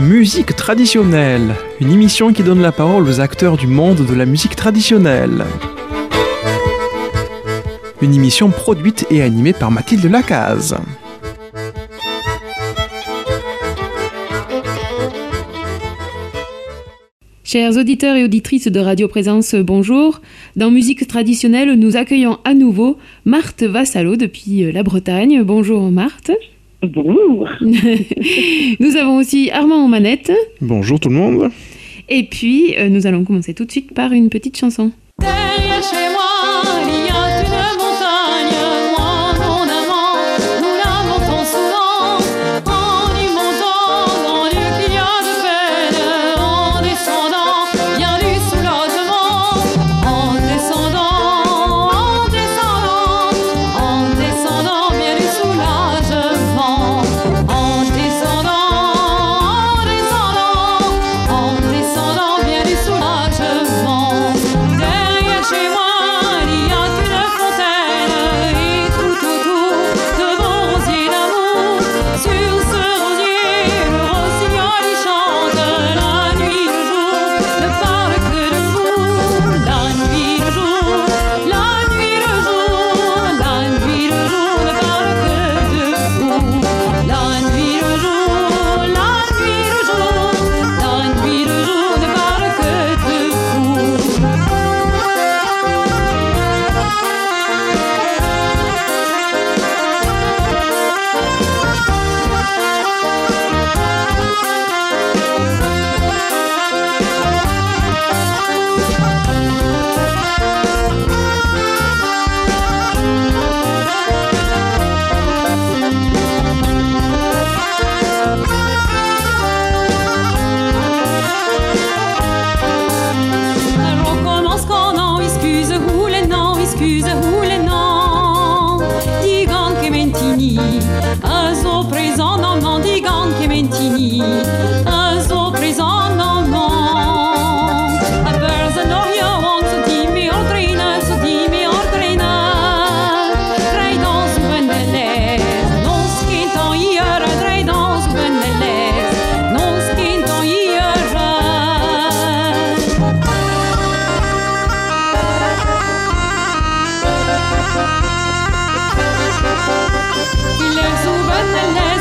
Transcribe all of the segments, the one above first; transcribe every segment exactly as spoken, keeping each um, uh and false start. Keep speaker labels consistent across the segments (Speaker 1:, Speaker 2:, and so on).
Speaker 1: Musique traditionnelle, une émission qui donne la parole aux acteurs du monde de la musique traditionnelle. Une émission produite et animée par Mathilde Lacaze.
Speaker 2: Chers auditeurs et auditrices de Radio Présence, bonjour. Dans Musique traditionnelle, nous accueillons à nouveau Marthe Vassallo depuis la Bretagne. Bonjour Marthe.
Speaker 3: Bonjour.
Speaker 2: Nous avons aussi Armand aux manettes.
Speaker 1: Bonjour tout le monde.
Speaker 2: Et puis, euh, nous allons commencer tout de suite par une petite chanson.
Speaker 4: Derrière chez moi, il y a une montagne. Moi, mon amant, nous la montons souvent. En y montant, dans lieu qu'il y a de peine. En descendant, bien du soulagement. En descendant, en descendant, en descendant, bien du soulagement. En descendant, en descendant, en descendant, bien du soulagement. Derrière chez moi, il y a une fontaine et tout autour de rosiers d'amour. Sur ce rosier, le rossignol y chante. La nuit, le jour, ne parle que de vous. La nuit, le jour, la nuit, le jour, la nuit, le jour, ne parle que de vous. La nuit, le jour, la nuit, le jour, la nuit, le jour, ne parle que de vous. On commence quand non, excuse-vous les noms, excuse-vous les noms. Digan che mentini, a so présent non non, digan che mentini, a so présent non non. A person of your own, so dimmi ordina, so dimmi ordina. Rei dans venelle, non skinton hier, rei dans venelle, non skinton hier. Il est souvent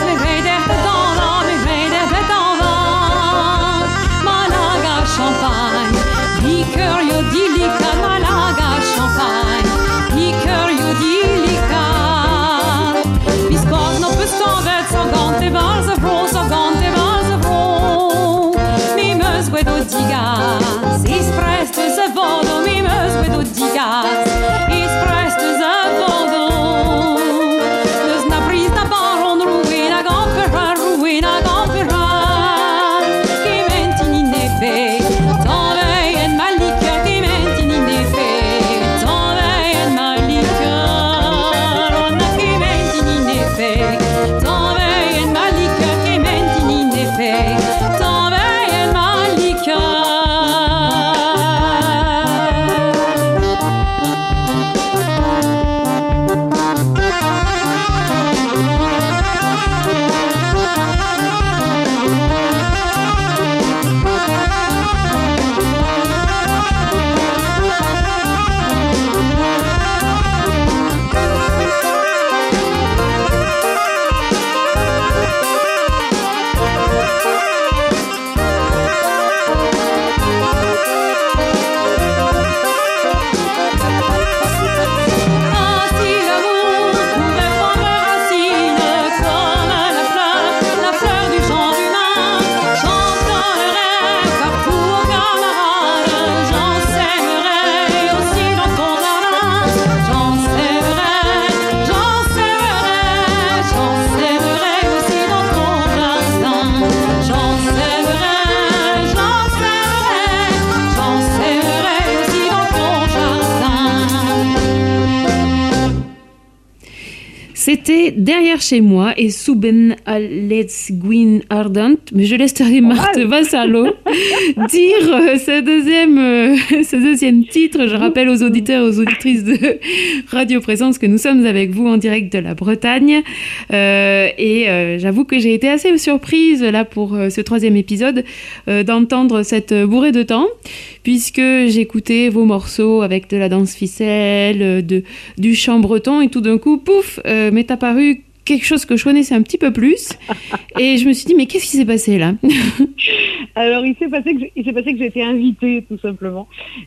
Speaker 2: C'était Derrière chez moi et Suben Let's Gwyn Ardent, mais je laisserai Marthe Vassallo dire euh, ce, deuxième, euh, ce deuxième titre. Je rappelle aux auditeurs et aux auditrices de Radio Présence que nous sommes avec vous en direct de la Bretagne. Euh, et euh, j'avoue que j'ai été assez surprise là pour euh, ce troisième épisode euh, d'entendre cette bourrée de temps, puisque j'écoutais vos morceaux avec de la danse ficelle, de, du chant breton, et tout d'un coup, pouf, euh, m'est apparu quelque chose que je connaissais un petit peu plus, et je me suis dit, mais qu'est-ce qui s'est passé là?
Speaker 3: Alors, il s'est passé que j'ai, il s'est passé que j'ai été invitée, tout simplement.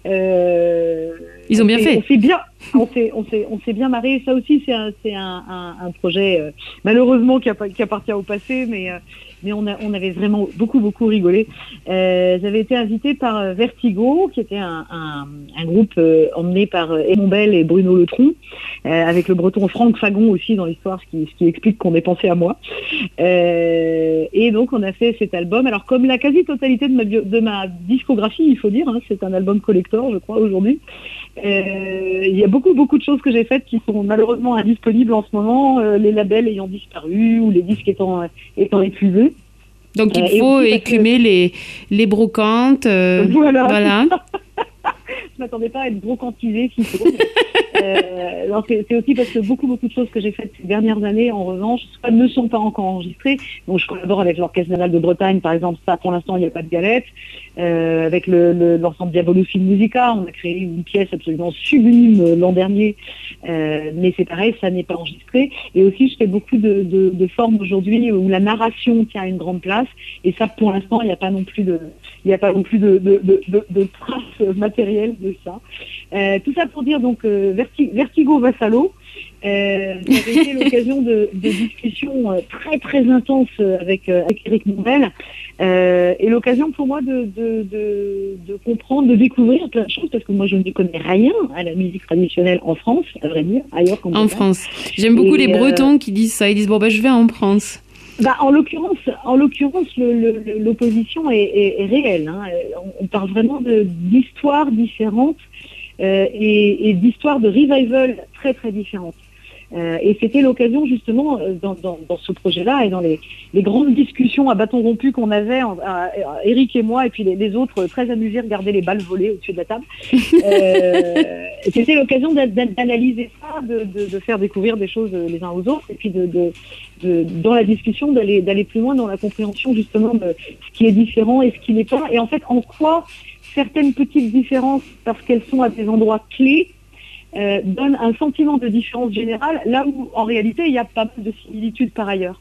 Speaker 3: Euh,
Speaker 2: Ils ont bien
Speaker 3: on
Speaker 2: fait.
Speaker 3: On s'est bien, on s'est, on s'est, on s'est bien marré. Ça aussi, c'est un, c'est un, un, un projet euh, malheureusement qui, a, qui appartient au passé, mais euh, mais on a, on avait vraiment beaucoup, beaucoup rigolé. Euh, j'avais été invitée par Vertigo, qui était un, un, un groupe euh, emmené par Edmond Bell et Bruno Letron, euh, avec le breton Franck Fagon aussi dans l'histoire, ce qui, ce qui explique qu'on ait pensé à moi. Euh, et donc, on a fait cet album. Alors, comme la quasi-totalité de ma, bio, de ma discographie, il faut dire, hein, c'est un album collector, je crois, aujourd'hui. Euh, il y a beaucoup, beaucoup de choses que j'ai faites qui sont malheureusement indisponibles en ce moment, euh, les labels ayant disparu ou les disques étant, étant épuisés.
Speaker 2: Donc, il faut euh, écumer que... les, les brocantes. Euh,
Speaker 3: voilà.
Speaker 2: voilà.
Speaker 3: Je ne m'attendais pas à être brocantisée, s'il faut. euh, alors c'est, c'est aussi parce que beaucoup, beaucoup de choses que j'ai faites ces dernières années, en revanche, soit ne sont pas encore enregistrées. Donc, je collabore avec l'Orchestre National de Bretagne, par exemple. Ça, pour l'instant, il n'y a pas de galette. Euh, avec le, le, l'ensemble Diabolus Musica, on a créé une pièce absolument sublime l'an dernier. Euh, mais c'est pareil, ça n'est pas enregistré. Et aussi, je fais beaucoup de, de, de formes aujourd'hui où la narration tient une grande place. Et ça, pour l'instant, il n'y a pas non plus de, il n'y a pas non plus de, de, de, de, de traces matérielles de ça. Euh, tout ça pour dire donc euh, Verti- Vertigo Vassallo. Euh, j'avais été l'occasion de, de discussions euh, très très intenses avec, euh, avec Éric Monvel, euh, et l'occasion pour moi de, de, de, de comprendre, de découvrir plein de choses, parce que moi je ne connais rien à la musique traditionnelle en France, à vrai dire, ailleurs qu'en
Speaker 2: En France. J'aime beaucoup et les Bretons euh, qui disent ça, ils disent bon bah je vais en France.
Speaker 3: Bah, en l'occurrence, en l'occurrence, le, le, l'opposition est, est, est réelle. Hein. On, on parle vraiment de, d'histoires différentes euh, et, et d'histoires de revival très très différentes. Euh, et c'était l'occasion justement dans, dans, dans ce projet-là et dans les, les grandes discussions à bâton rompu qu'on avait, en, à, à Eric et moi, et puis les, les autres très amusés regarder les balles volées au-dessus de la table. Euh, c'était l'occasion d'analyser ça, de, de, de faire découvrir des choses les uns aux autres, et puis de, de, de dans la discussion d'aller, d'aller plus loin dans la compréhension justement de ce qui est différent et ce qui n'est pas, et en fait en quoi certaines petites différences, parce qu'elles sont à des endroits clés, Euh, donne un sentiment de différence générale, là où en réalité il y a pas mal de similitudes par ailleurs.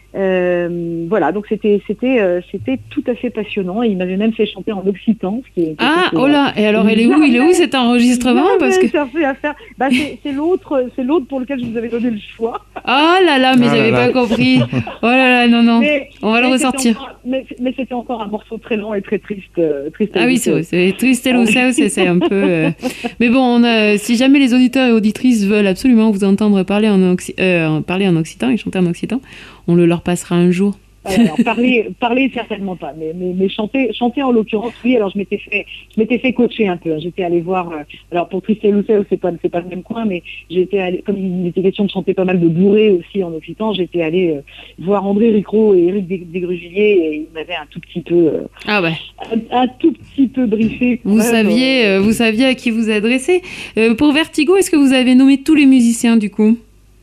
Speaker 3: Euh, voilà, donc c'était c'était euh, c'était tout à fait passionnant, et il m'avait même fait chanter en occitan, ce qui est
Speaker 2: ah oh là, et alors elle est où il est où cet enregistrement? Parce que
Speaker 3: cherché à faire, bah c'est, c'est l'autre c'est l'autre pour lequel je vous avais donné le choix.
Speaker 2: Oh là là, mais ah j'avais pas là. compris. Oh là là, non non, mais, on va le ressortir.
Speaker 3: Encore, mais, mais c'était encore un morceau très lent et très triste. Euh, triste
Speaker 2: ah oui, c'est vrai, c'est triste et c'est, c'est un peu. Euh... Mais bon, on a, si jamais les auditeurs et auditrices veulent absolument vous entendre parler en, oxy... euh, parler en occitan et chanter en occitan, on le leur passera un jour.
Speaker 3: Alors, parler, parler certainement pas, mais, mais, mais chanter, chanter en l'occurrence, oui. Alors je m'étais fait, je m'étais fait coacher un peu. J'étais allée voir. Euh, alors pour Tristel Loussel, c'est pas, c'est pas le même coin, mais j'étais allée, comme il était question de chanter pas mal de bourrées aussi en occitan, j'étais allée euh, voir André Ricro et Éric Desgrugilliers, et ils m'avaient un tout petit peu, euh,
Speaker 2: ah ouais,
Speaker 3: un, un tout petit peu briefé.
Speaker 2: Vous même, saviez, euh, vous saviez à qui vous adresser. Euh, pour Vertigo, est-ce que vous avez nommé tous les musiciens du coup?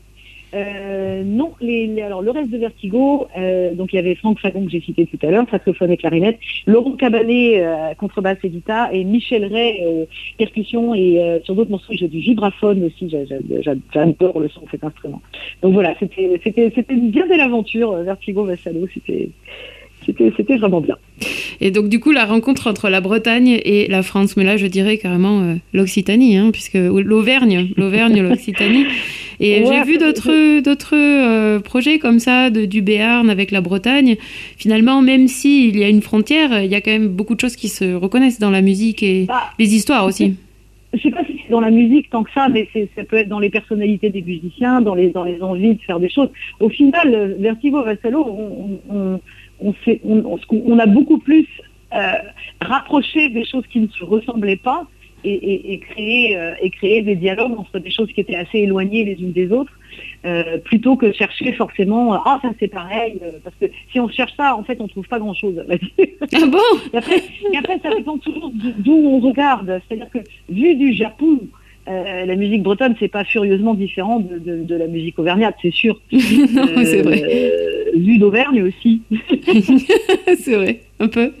Speaker 3: Euh, non, les, les, alors le reste de Vertigo, euh, donc il y avait Franck Fagon que j'ai cité tout à l'heure, saxophone et clarinette, Laurent Cabanet, euh, contrebasse et guitare, et Michel Ray, euh, percussion, et euh, sur d'autres morceaux j'ai du vibraphone aussi, j'adore le son de cet instrument. Donc voilà, c'était, c'était, c'était bien belle aventure, Vertigo Vassallo, c'était... C'était, c'était vraiment bien.
Speaker 2: Et donc du coup la rencontre entre la Bretagne et la France, mais là je dirais carrément euh, l'Occitanie, hein, puisque l'Auvergne, l'Auvergne, l'Occitanie. Et ouais, j'ai vu d'autres, d'autres euh, projets comme ça, de, du Béarn avec la Bretagne. Finalement, même s'il y a une frontière, il y a quand même beaucoup de choses qui se reconnaissent dans la musique et bah, les histoires aussi.
Speaker 3: Je ne sais pas si c'est dans la musique tant que ça, mais c'est, ça peut être dans les personnalités des musiciens, dans les, dans les envies de faire des choses. Au final, Vertigo Vassallo, on, on, on, fait, on, on, on a beaucoup plus euh, rapproché des choses qui ne se ressemblaient pas, et, et, et, créer, euh, et créer des dialogues entre des choses qui étaient assez éloignées les unes des autres. euh, plutôt que chercher forcément « Ah, ça c'est pareil euh, », parce que si on cherche ça, en fait, on trouve pas grand-chose.
Speaker 2: Ah bon?
Speaker 3: et, après, et après, ça dépend toujours d'où on regarde. C'est-à-dire que, vu du Japon, euh, la musique bretonne, c'est pas furieusement différent de, de, de la musique auvergnate, c'est sûr.
Speaker 2: Non,
Speaker 3: euh,
Speaker 2: c'est vrai.
Speaker 3: Euh, vu d'Auvergne aussi.
Speaker 2: C'est vrai, un peu.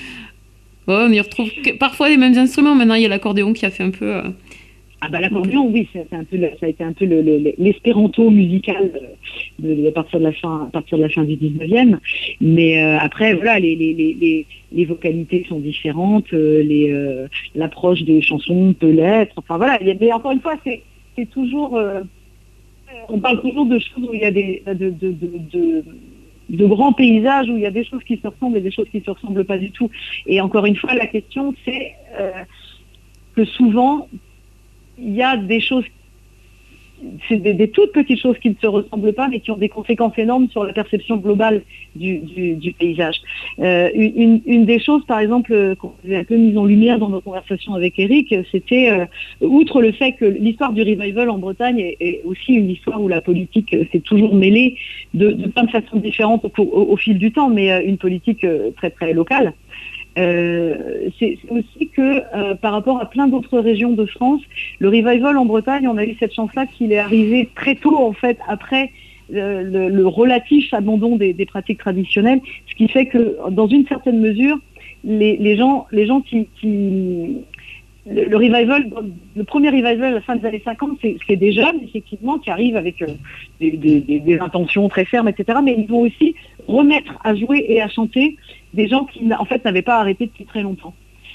Speaker 2: Oh, on y retrouve que- parfois les mêmes instruments. Maintenant, il y a l'accordéon qui a fait un peu... euh,
Speaker 3: Ah bah l'accordéon, oui, c'est, c'est un peu le- ça a été un peu le, le- l'espéranto musical de, de- à partir de la fin, à partir de la fin du dix-neuvième. Mais euh, après, voilà, les, les, les, les, les vocalités sont différentes, euh, les, euh, l'approche des chansons peut l'être. Enfin voilà, il y a- mais encore une fois, c'est, c'est toujours, euh, on parle toujours de choses où il y a des, de, de, de, de de grands paysages où il y a des choses qui se ressemblent et des choses qui se ressemblent pas du tout. Et encore une fois, la question, c'est euh, que souvent, il y a des choses, c'est des, des toutes petites choses qui ne se ressemblent pas, mais qui ont des conséquences énormes sur la perception globale du, du, du paysage. Euh, une, une des choses, par exemple, euh, qu'on avait un peu mise en lumière dans nos conversations avec Eric, c'était, euh, outre le fait que l'histoire du revival en Bretagne est, est aussi une histoire où la politique euh, s'est toujours mêlée de, de plein de façons différentes au, au, au fil du temps, mais euh, une politique euh, très très locale. Euh, c'est, c'est aussi que euh, par rapport à plein d'autres régions de France, le revival en Bretagne, on a eu cette chance-là qu'il est arrivé très tôt en fait après euh, le, le relatif abandon des, des pratiques traditionnelles, ce qui fait que dans une certaine mesure, les, les gens, les gens qui, qui le, le revival, le premier revival à la fin des années cinquante, c'est, c'est des jeunes effectivement qui arrivent avec euh, des, des, des, des intentions très fermes, et cetera. Mais ils vont aussi remettre à jouer et à chanter des gens qui, en fait, n'avaient pas arrêté depuis très longtemps.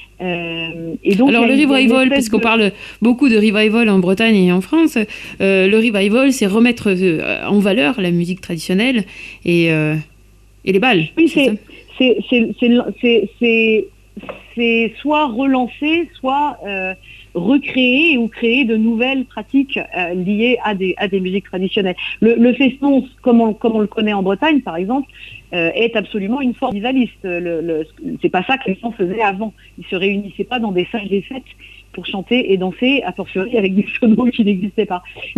Speaker 3: Euh, et donc,
Speaker 2: Alors le revival, puisqu'on
Speaker 3: de...
Speaker 2: parle beaucoup de revival en Bretagne et en France, euh, le revival, c'est remettre euh, en valeur la musique traditionnelle et, euh, et les balles.
Speaker 3: Oui,
Speaker 2: c'est,
Speaker 3: c'est, c'est, c'est, c'est, c'est, c'est, c'est soit relancer, soit euh, recréer ou créer de nouvelles pratiques euh, liées à des, à des musiques traditionnelles. Le, le feston, comme on, comme on le connaît en Bretagne, par exemple, euh, est absolument une forme rivaliste. Le, le, c'est pas ça que les gens faisaient avant. Ils se réunissaient pas dans des salles des fêtes pour chanter et danser, a fortiori avec des sonos qui n'existaient pas. Euh,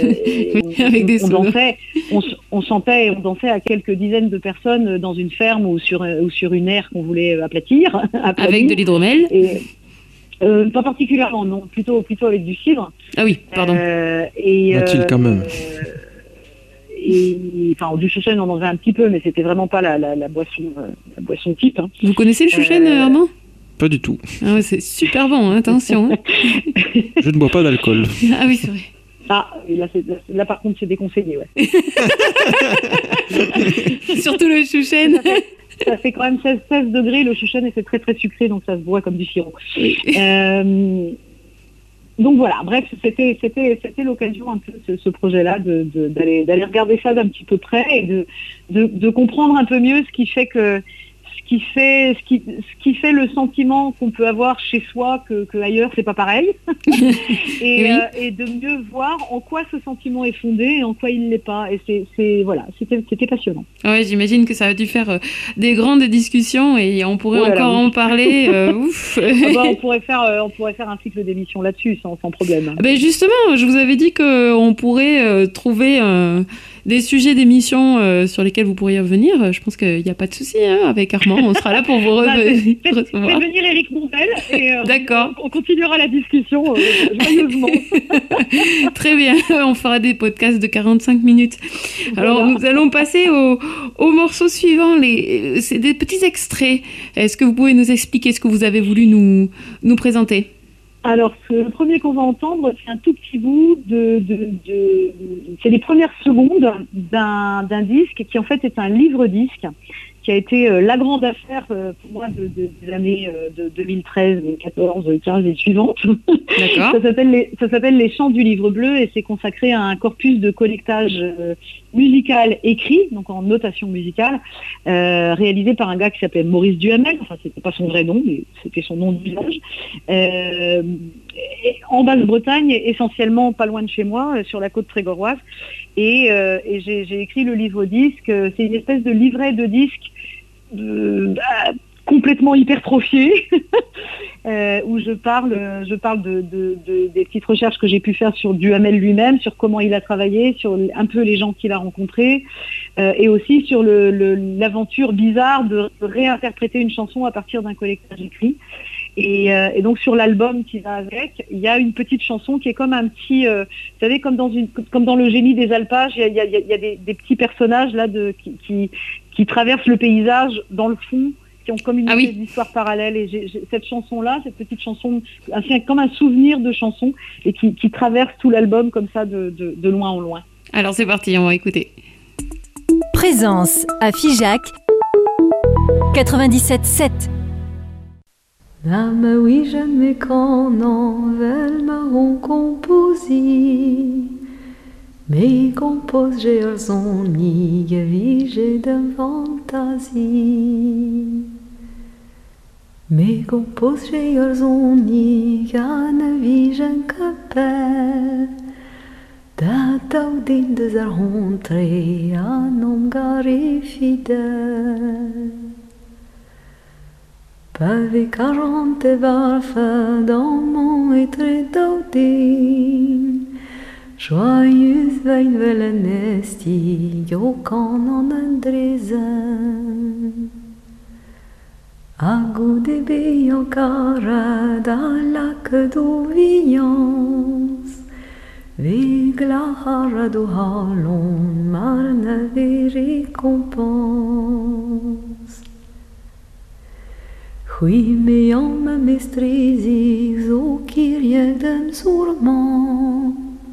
Speaker 3: on,
Speaker 2: avec des
Speaker 3: on,
Speaker 2: sonos.
Speaker 3: dansait, on, on chantait, on dansait à quelques dizaines de personnes dans une ferme ou sur, ou sur une aire qu'on voulait aplatir. aplatir.
Speaker 2: Avec de l'hydromel.
Speaker 3: Et, euh, pas particulièrement, non, plutôt, plutôt avec du cidre.
Speaker 2: Ah oui, pardon.
Speaker 3: Euh, et,
Speaker 1: Va-t-il quand même
Speaker 3: euh, et, enfin, du chouchen, on en avait un petit peu, mais c'était vraiment pas la, la, la boisson, euh, la boisson type. Hein.
Speaker 2: Vous connaissez le chouchen,
Speaker 3: Euh,
Speaker 2: Armand?
Speaker 1: Pas du tout.
Speaker 2: Ah ouais, c'est super bon, hein, attention. Hein.
Speaker 1: Je ne bois pas d'alcool.
Speaker 2: Ah oui, c'est vrai.
Speaker 3: Ah, et là, c'est, là, par contre, c'est déconseillé, ouais.
Speaker 2: Surtout le chouchen.
Speaker 3: Ça fait, ça fait quand même seize, seize degrés, le chouchen, et c'est très très sucré, donc ça se boit comme du sirop. Euh, donc voilà, bref, c'était, c'était, c'était l'occasion un peu, ce, ce projet-là, de, de, d'aller, d'aller regarder ça d'un petit peu près et de, de, de comprendre un peu mieux ce qui fait que ce qui fait ce qui, ce qui fait le sentiment qu'on peut avoir chez soi que, que ailleurs c'est pas pareil et,
Speaker 2: Oui.
Speaker 3: euh, et de mieux voir en quoi ce sentiment est fondé et en quoi il l'est pas, et c'est, c'est voilà, c'était, c'était passionnant.
Speaker 2: Ouais, j'imagine que ça a dû faire euh, des grandes discussions et on pourrait
Speaker 3: Oh là là,
Speaker 2: encore
Speaker 3: oui.
Speaker 2: en parler. euh, ouf.
Speaker 3: Ah bah, on pourrait faire euh, on pourrait faire un cycle d'émissions là-dessus sans, sans problème.
Speaker 2: Ah ben justement, je vous avais dit qu'on pourrait euh, trouver euh, des sujets d'émissions euh, sur lesquels vous pourriez revenir. Je pense qu'il n'y a pas de souci hein, avec Armand. On sera là pour vous
Speaker 3: Bah,
Speaker 2: re-
Speaker 3: faites, faites
Speaker 2: recevoir.
Speaker 3: venir Eric Montel et euh,
Speaker 2: D'accord.
Speaker 3: on, on continuera la discussion euh, joyeusement.
Speaker 2: Très bien, on fera des podcasts de quarante-cinq minutes. Alors
Speaker 3: Voilà.
Speaker 2: nous allons passer au, au morceau suivant. Les, c'est des petits extraits. Est-ce que vous pouvez nous expliquer ce que vous avez voulu nous, nous présenter ?
Speaker 3: Alors, ce- le premier qu'on va entendre, c'est un tout petit bout de, de, de c'est les premières secondes d'un, d'un disque qui en fait est un livre-disque qui a été euh, la grande affaire euh, pour moi de, de, de l'année euh, de deux mille treize, quatorze, quinze et suivantes.
Speaker 2: D'accord.
Speaker 3: Ça s'appelle les, ça s'appelle les Chants du Livre Bleu et c'est consacré à un corpus de collectage euh, musical écrit, donc en notation musicale, euh, réalisé par un gars qui s'appelle Maurice Duhamel. Enfin, c'était pas son vrai nom, mais c'était son nom d'usage. Euh, et en Basse-Bretagne, essentiellement pas loin de chez moi, euh, sur la côte trégoroise. Et, euh, et j'ai, j'ai écrit le livre-disque. C'est une espèce de livret de disques euh, bah, complètement hypertrophiée, euh, où je parle, je parle de, de, de, des petites recherches que j'ai pu faire sur Duhamel lui-même, sur comment il a travaillé, sur un peu les gens qu'il a rencontrés, euh, et aussi sur le, le, l'aventure bizarre de réinterpréter une chanson à partir d'un collectage écrit. Et, euh, et donc sur l'album qui va avec, il y a une petite chanson qui est comme un petit, euh, vous savez, comme dans une, comme dans le Génie des alpages, il y a, il y a, il y a des, des petits personnages là de qui, qui, qui traversent le paysage dans le fond, qui ont comme une
Speaker 2: ah oui.
Speaker 3: histoire parallèle. Et j'ai, j'ai, cette chanson-là, cette petite chanson, c'est comme un souvenir de chanson et qui, qui traverse tout l'album comme ça de, de, de loin en loin.
Speaker 2: Alors c'est parti, on va écouter.
Speaker 5: Présence à Figeac quatre-vingt-dix-sept sept.
Speaker 6: Dame oui jamais qu'en envel marron composi, mais compose j'ai son nigue vigé de fantaisie. Mais compose j'ai son nigue an vigen capel, da taudin de zar rentré an omgari fidèle. Pavé quarante varfes dans mon étrait d'audine, joyeuse veille velenesti, yo can en andrezen. A goût de béant carade à lac d'ouviance, vig la hara do halon, marne ve récompense. Oui, mais en ma mestrésie, au kyriedem sûrement,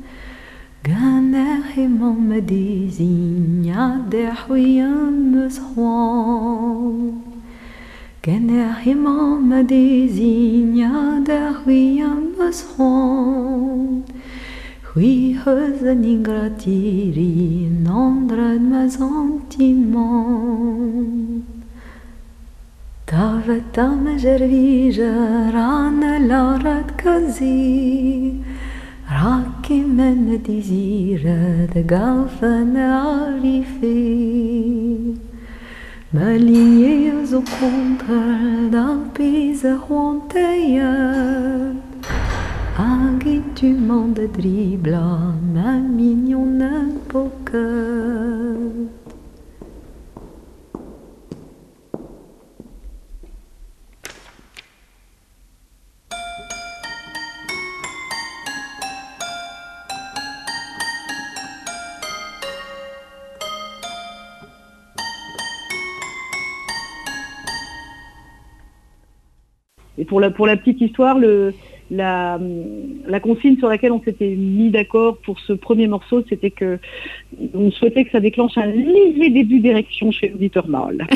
Speaker 6: ganer et m'en me désigne, à der huyen me soin. Ganer et m'en me désigne, à der huyen me soin. Oui, heusen ingratiri, nandred me sentiment. Tavetam jervija rana larat kazi, rakimen dizira de gafen arifi. Ma lignée au contre d'un pays honteilleux, agi tu m'en de dribla, ma mignonne poker.
Speaker 3: Et pour la, pour la petite histoire, le, la, la consigne sur laquelle on s'était mis d'accord pour ce premier morceau, c'était que on souhaitait que ça déclenche un léger début d'érection chez l'auditeur mâle.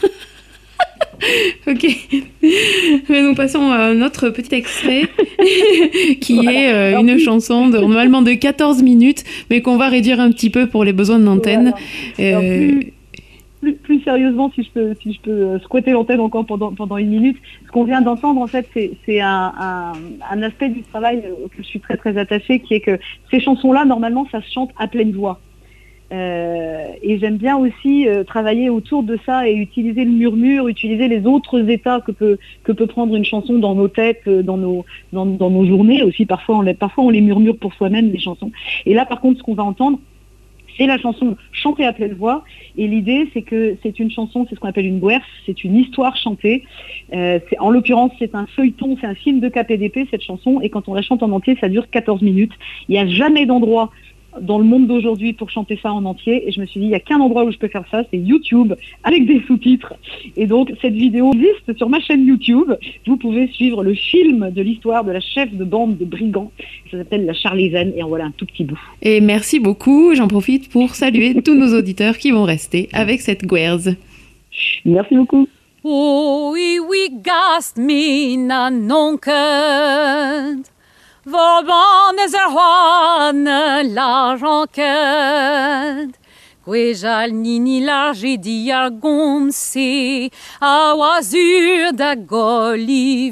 Speaker 2: Ok. Mais nous passons à un autre petit extrait qui voilà. est euh, une plus... chanson de, normalement de quatorze minutes, mais qu'on va réduire un petit peu pour les besoins de l'antenne.
Speaker 3: Voilà. Euh... Plus, plus sérieusement, si je peux, si je peux squatter l'antenne encore pendant, pendant une minute, ce qu'on vient d'entendre, en fait, c'est, c'est un, un, un aspect du travail que je suis très très attachée, qui est que ces chansons-là, normalement, ça se chante à pleine voix. Euh, et j'aime bien aussi euh, travailler autour de ça et utiliser le murmure, utiliser les autres états que peut que peut prendre une chanson dans nos têtes, dans nos dans, dans nos journées aussi. Parfois, on les, parfois on les murmure pour soi-même, les chansons. Et là, par contre, ce qu'on va entendre, c'est la chanson chantée à pleine voix, et l'idée c'est que c'est une chanson, c'est ce qu'on appelle une guerre, c'est une histoire chantée. Euh, c'est, en l'occurrence, c'est un feuilleton, c'est un film de K P D P cette chanson, et quand on la chante en entier, ça dure quatorze minutes. Il n'y a jamais d'endroit dans le monde d'aujourd'hui pour chanter ça en entier, et je me suis dit il n'y a qu'un endroit où je peux faire ça, c'est YouTube avec des sous-titres. Et donc cette vidéo existe sur ma chaîne YouTube. Vous pouvez suivre le film de l'histoire de la chef de bande de brigands. Ça s'appelle La Charlésienne, et en voilà un tout petit bout.
Speaker 2: Et merci beaucoup. J'en profite pour saluer tous nos auditeurs qui vont rester avec cette guerre.
Speaker 3: Merci beaucoup.
Speaker 4: Oh oui oui gast mina nonkend. Vorban is er hoane l'argent kend. Gwejal nini large di ar gomse, a oazur da goli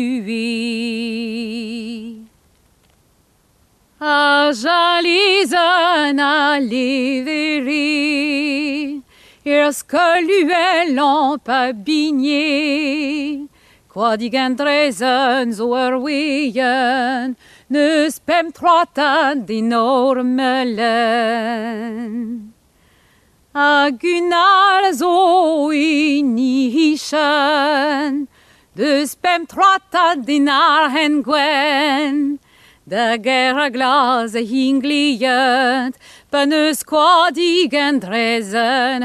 Speaker 4: vue. A jalizen a leveri, er skal lue lampa binje. Quadigen drezen zo er wien, nus pem troatan din ormelen. Agunal zo in nischen, dus pem troatan din arhen gwen. De gerra glase hingliet, benus quadigen drezen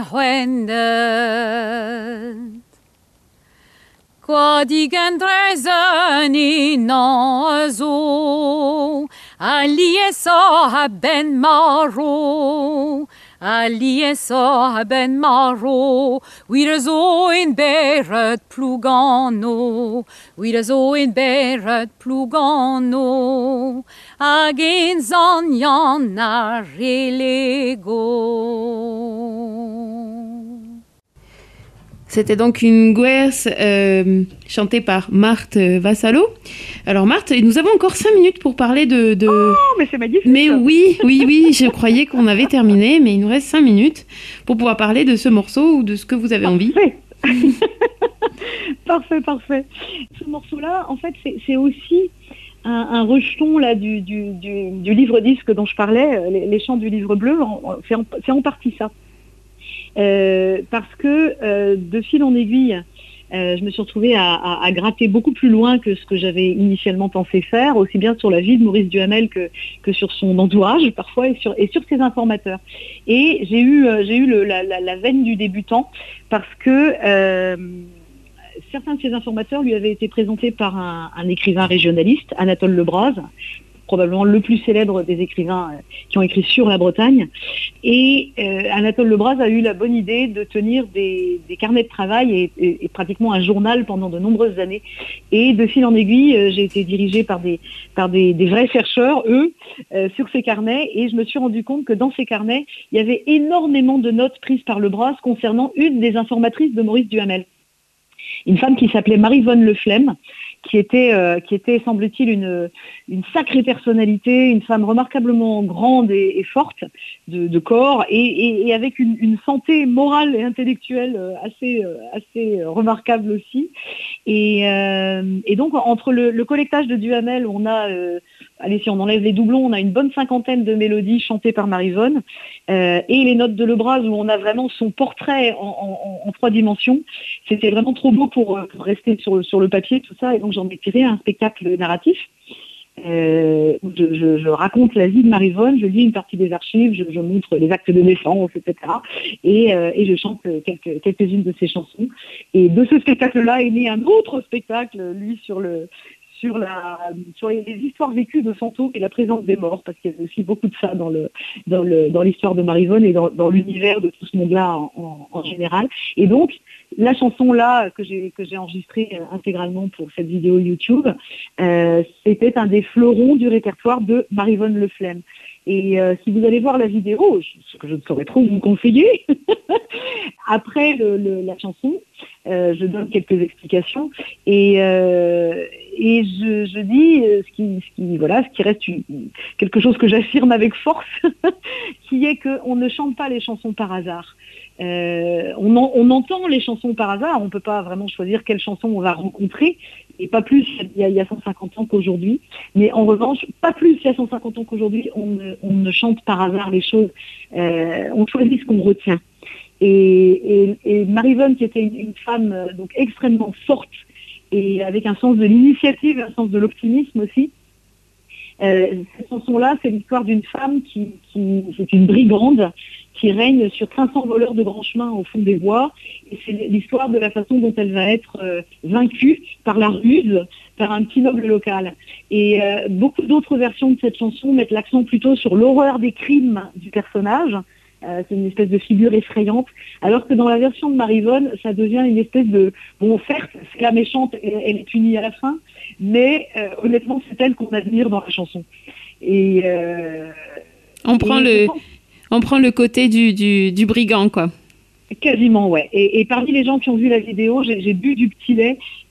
Speaker 4: hwendet. Quadigen drezen in zo, alie so haben maro, alie so haben maro, wieder so in beret plugano, wieder so in beret plugano, agen zanjan a relego.
Speaker 2: C'était donc une guerse euh, chantée par Marthe Vassallo. Alors Marthe, nous avons encore cinq minutes pour parler de... de...
Speaker 3: Oh, mais c'est magnifique.
Speaker 2: Mais oui, oui, oui, je croyais qu'on avait terminé, mais il nous reste cinq minutes pour pouvoir parler de ce morceau ou de ce que vous avez envie.
Speaker 3: Parfait. Parfait, parfait. Ce morceau-là, en fait, c'est, c'est aussi un, un rejeton là, du, du, du, du livre-disque dont je parlais, les, les chants du livre bleu, en, c'est, en, c'est en partie ça. Euh, parce que euh, de fil en aiguille, euh, je me suis retrouvée à, à, à gratter beaucoup plus loin que ce que j'avais initialement pensé faire, aussi bien sur la vie de Maurice Duhamel que, que sur son entourage parfois et sur, et sur ses informateurs. Et j'ai eu, euh, j'ai eu le, la, la, la veine du débutant parce que euh, certains de ses informateurs lui avaient été présentés par un, un écrivain régionaliste, Anatole Lebras, probablement le plus célèbre des écrivains euh, qui ont écrit sur la Bretagne. Et euh, Anatole Lebras a eu la bonne idée de tenir des, des carnets de travail et, et, et pratiquement un journal pendant de nombreuses années. Et de fil en aiguille, euh, j'ai été dirigée par des, par des, des vrais chercheurs, eux, euh, sur ces carnets. Et je me suis rendu compte que dans ces carnets, il y avait énormément de notes prises par Lebras concernant une des informatrices de Maurice Duhamel. Une femme qui s'appelait Maryvonne Leflemme, qui était, euh, qui était semble-t-il, une, une sacrée personnalité, une femme remarquablement grande et, et forte de, de corps, et, et, et avec une, une santé morale et intellectuelle assez, assez remarquable aussi. Et, euh, et donc, entre le, le collectage de Duhamel, on a, euh, allez, si on enlève les doublons, on a une bonne cinquantaine de mélodies chantées par Maryvonne, euh, et les notes de Lebras, où on a vraiment son portrait en, en, en trois dimensions. C'était vraiment trop beau pour, pour rester sur, sur le papier, tout ça, et donc j'en ai tiré un spectacle narratif euh, où je, je, je raconte la vie de Maryvonne, je lis une partie des archives, je, je montre les actes de naissance, et cetera. Et, euh, et je chante quelques, quelques-unes de ses chansons. Et de ce spectacle-là est né un autre spectacle, lui, sur le... sur la sur les histoires vécues de Santo et la présence des morts, parce qu'il y a aussi beaucoup de ça dans le dans le dans l'histoire de Maryvonne et dans, dans l'univers de tout ce monde-là en, en, en général. Et donc la chanson là que j'ai que j'ai enregistrée intégralement pour cette vidéo YouTube, euh, c'était un des fleurons du répertoire de Maryvonne Leflemme. Et euh, si vous allez voir la vidéo, ce que je ne saurais trop vous conseiller, après le, le, la chanson, euh, je donne quelques explications et, euh, et je, je dis ce qui, ce qui, voilà, ce qui reste une, quelque chose que j'affirme avec force, qui est qu'on ne chante pas les chansons par hasard. Euh, on, en, on entend les chansons par hasard, on ne peut pas vraiment choisir quelle chanson on va rencontrer, et pas plus il y a, il y a cent cinquante ans qu'aujourd'hui, mais en revanche, pas plus il y a cent cinquante ans qu'aujourd'hui, on ne, on ne chante par hasard les choses, euh, on choisit ce qu'on retient. Et, et, et Maryvonne, qui était une, une femme euh, donc extrêmement forte, et avec un sens de l'initiative, un sens de l'optimisme aussi, euh, cette chanson-là, c'est l'histoire d'une femme qui, qui c'est une brigande, qui règne sur cinq cents voleurs de grands chemins au fond des bois. Et c'est l'histoire de la façon dont elle va être euh, vaincue par la ruse, par un petit noble local. Et euh, beaucoup d'autres versions de cette chanson mettent l'accent plutôt sur l'horreur des crimes du personnage. Euh, c'est une espèce de figure effrayante. Alors que dans la version de Maryvonne, ça devient une espèce de... Bon, certes, c'est la méchante et elle est punie à la fin, mais euh, honnêtement, c'est elle qu'on admire dans la chanson. Et... Euh,
Speaker 2: On prend
Speaker 3: et
Speaker 2: le... On prend le côté du, du, du brigand, quoi.
Speaker 3: Quasiment, ouais. Et, et parmi les gens qui ont vu la vidéo, j'ai, j'ai bu du petit lait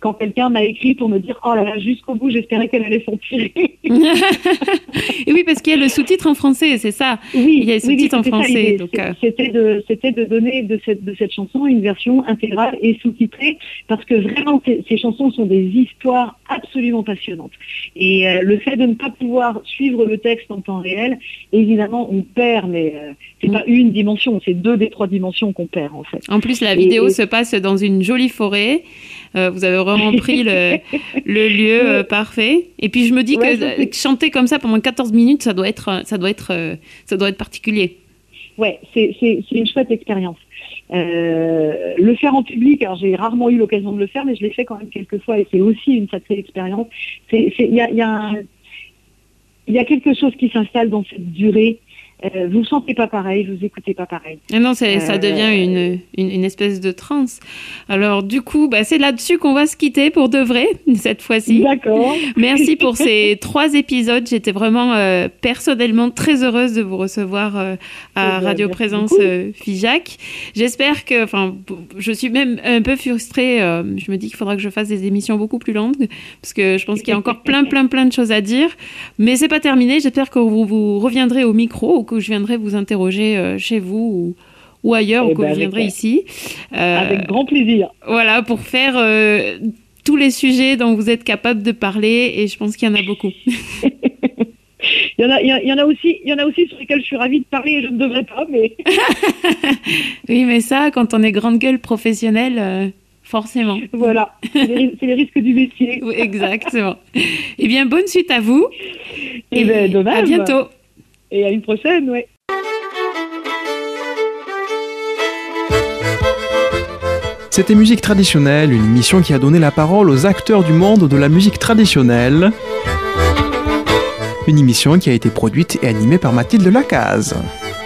Speaker 3: quand quelqu'un m'a écrit pour me dire « Oh là là, jusqu'au bout, j'espérais qu'elle allait s'en tirer. »
Speaker 2: Et oui, parce qu'il y a le sous-titre en français, c'est ça.
Speaker 3: Oui,
Speaker 2: il y a le sous-titre
Speaker 3: oui,
Speaker 2: en français.
Speaker 3: Ça,
Speaker 2: donc, euh...
Speaker 3: c'était, de, c'était de donner de cette, de cette chanson une version intégrale et sous-titrée, parce que vraiment, ces, ces chansons sont des histoires absolument passionnantes. Et euh, le fait de ne pas pouvoir suivre le texte en temps réel, évidemment, on perd, mais euh, c'est mmh. pas une dimension, c'est deux des trois dimensions qu'on perd, en fait.
Speaker 2: En plus, la vidéo et, et... se passe dans une jolie forêt. Euh, vous avez vraiment pris le, le lieu euh, parfait. Et puis, je me dis ouais, que chanter comme ça pendant quatorze minutes, ça doit être, ça doit être, euh, ça doit être particulier.
Speaker 3: Ouais, c'est, c'est, c'est une chouette expérience. Euh, le faire en public, alors j'ai rarement eu l'occasion de le faire, mais je l'ai fait quand même quelques fois et c'est aussi une sacrée expérience. C'est, c'est, y a, y a un, il y a quelque chose qui s'installe dans cette durée. Euh, vous ne sentez pas pareil, vous écoutez pas pareil.
Speaker 2: Ah non, c'est, euh, ça devient une, une, une espèce de transe. Alors du coup, bah, c'est là-dessus qu'on va se quitter pour de vrai, cette fois-ci.
Speaker 3: D'accord.
Speaker 2: Merci pour ces trois épisodes. J'étais vraiment euh, personnellement très heureuse de vous recevoir euh, à bien, Radio Présence euh, Figeac. J'espère que, enfin, je suis même un peu frustrée. Euh, je me dis qu'il faudra que je fasse des émissions beaucoup plus longues, parce que je pense qu'il y a encore plein, plein, plein de choses à dire. Mais c'est pas terminé. J'espère que vous, vous reviendrez au micro, que je viendrai vous interroger euh, chez vous ou, ou ailleurs, eh ou que ben vous viendrez avec, ici.
Speaker 3: Euh, avec grand plaisir.
Speaker 2: Voilà, pour faire euh, tous les sujets dont vous êtes capable de parler, et je pense qu'il y en a beaucoup.
Speaker 3: il, y en a, il, y a, il y en a aussi, il y en a aussi sur lesquels je suis ravie de parler et je ne devrais pas, mais...
Speaker 2: Oui, mais ça, quand on est grande gueule professionnelle... Euh... Forcément.
Speaker 3: Voilà, c'est les, c'est les risques du métier.
Speaker 2: Oui, exactement. Eh bien, bonne suite à vous.
Speaker 3: Et, et ben, de même.
Speaker 2: À bientôt.
Speaker 3: Et à une prochaine, ouais.
Speaker 1: C'était Musique traditionnelle, une émission qui a donné la parole aux acteurs du monde de la musique traditionnelle. Une émission qui a été produite et animée par Mathilde Lacaze.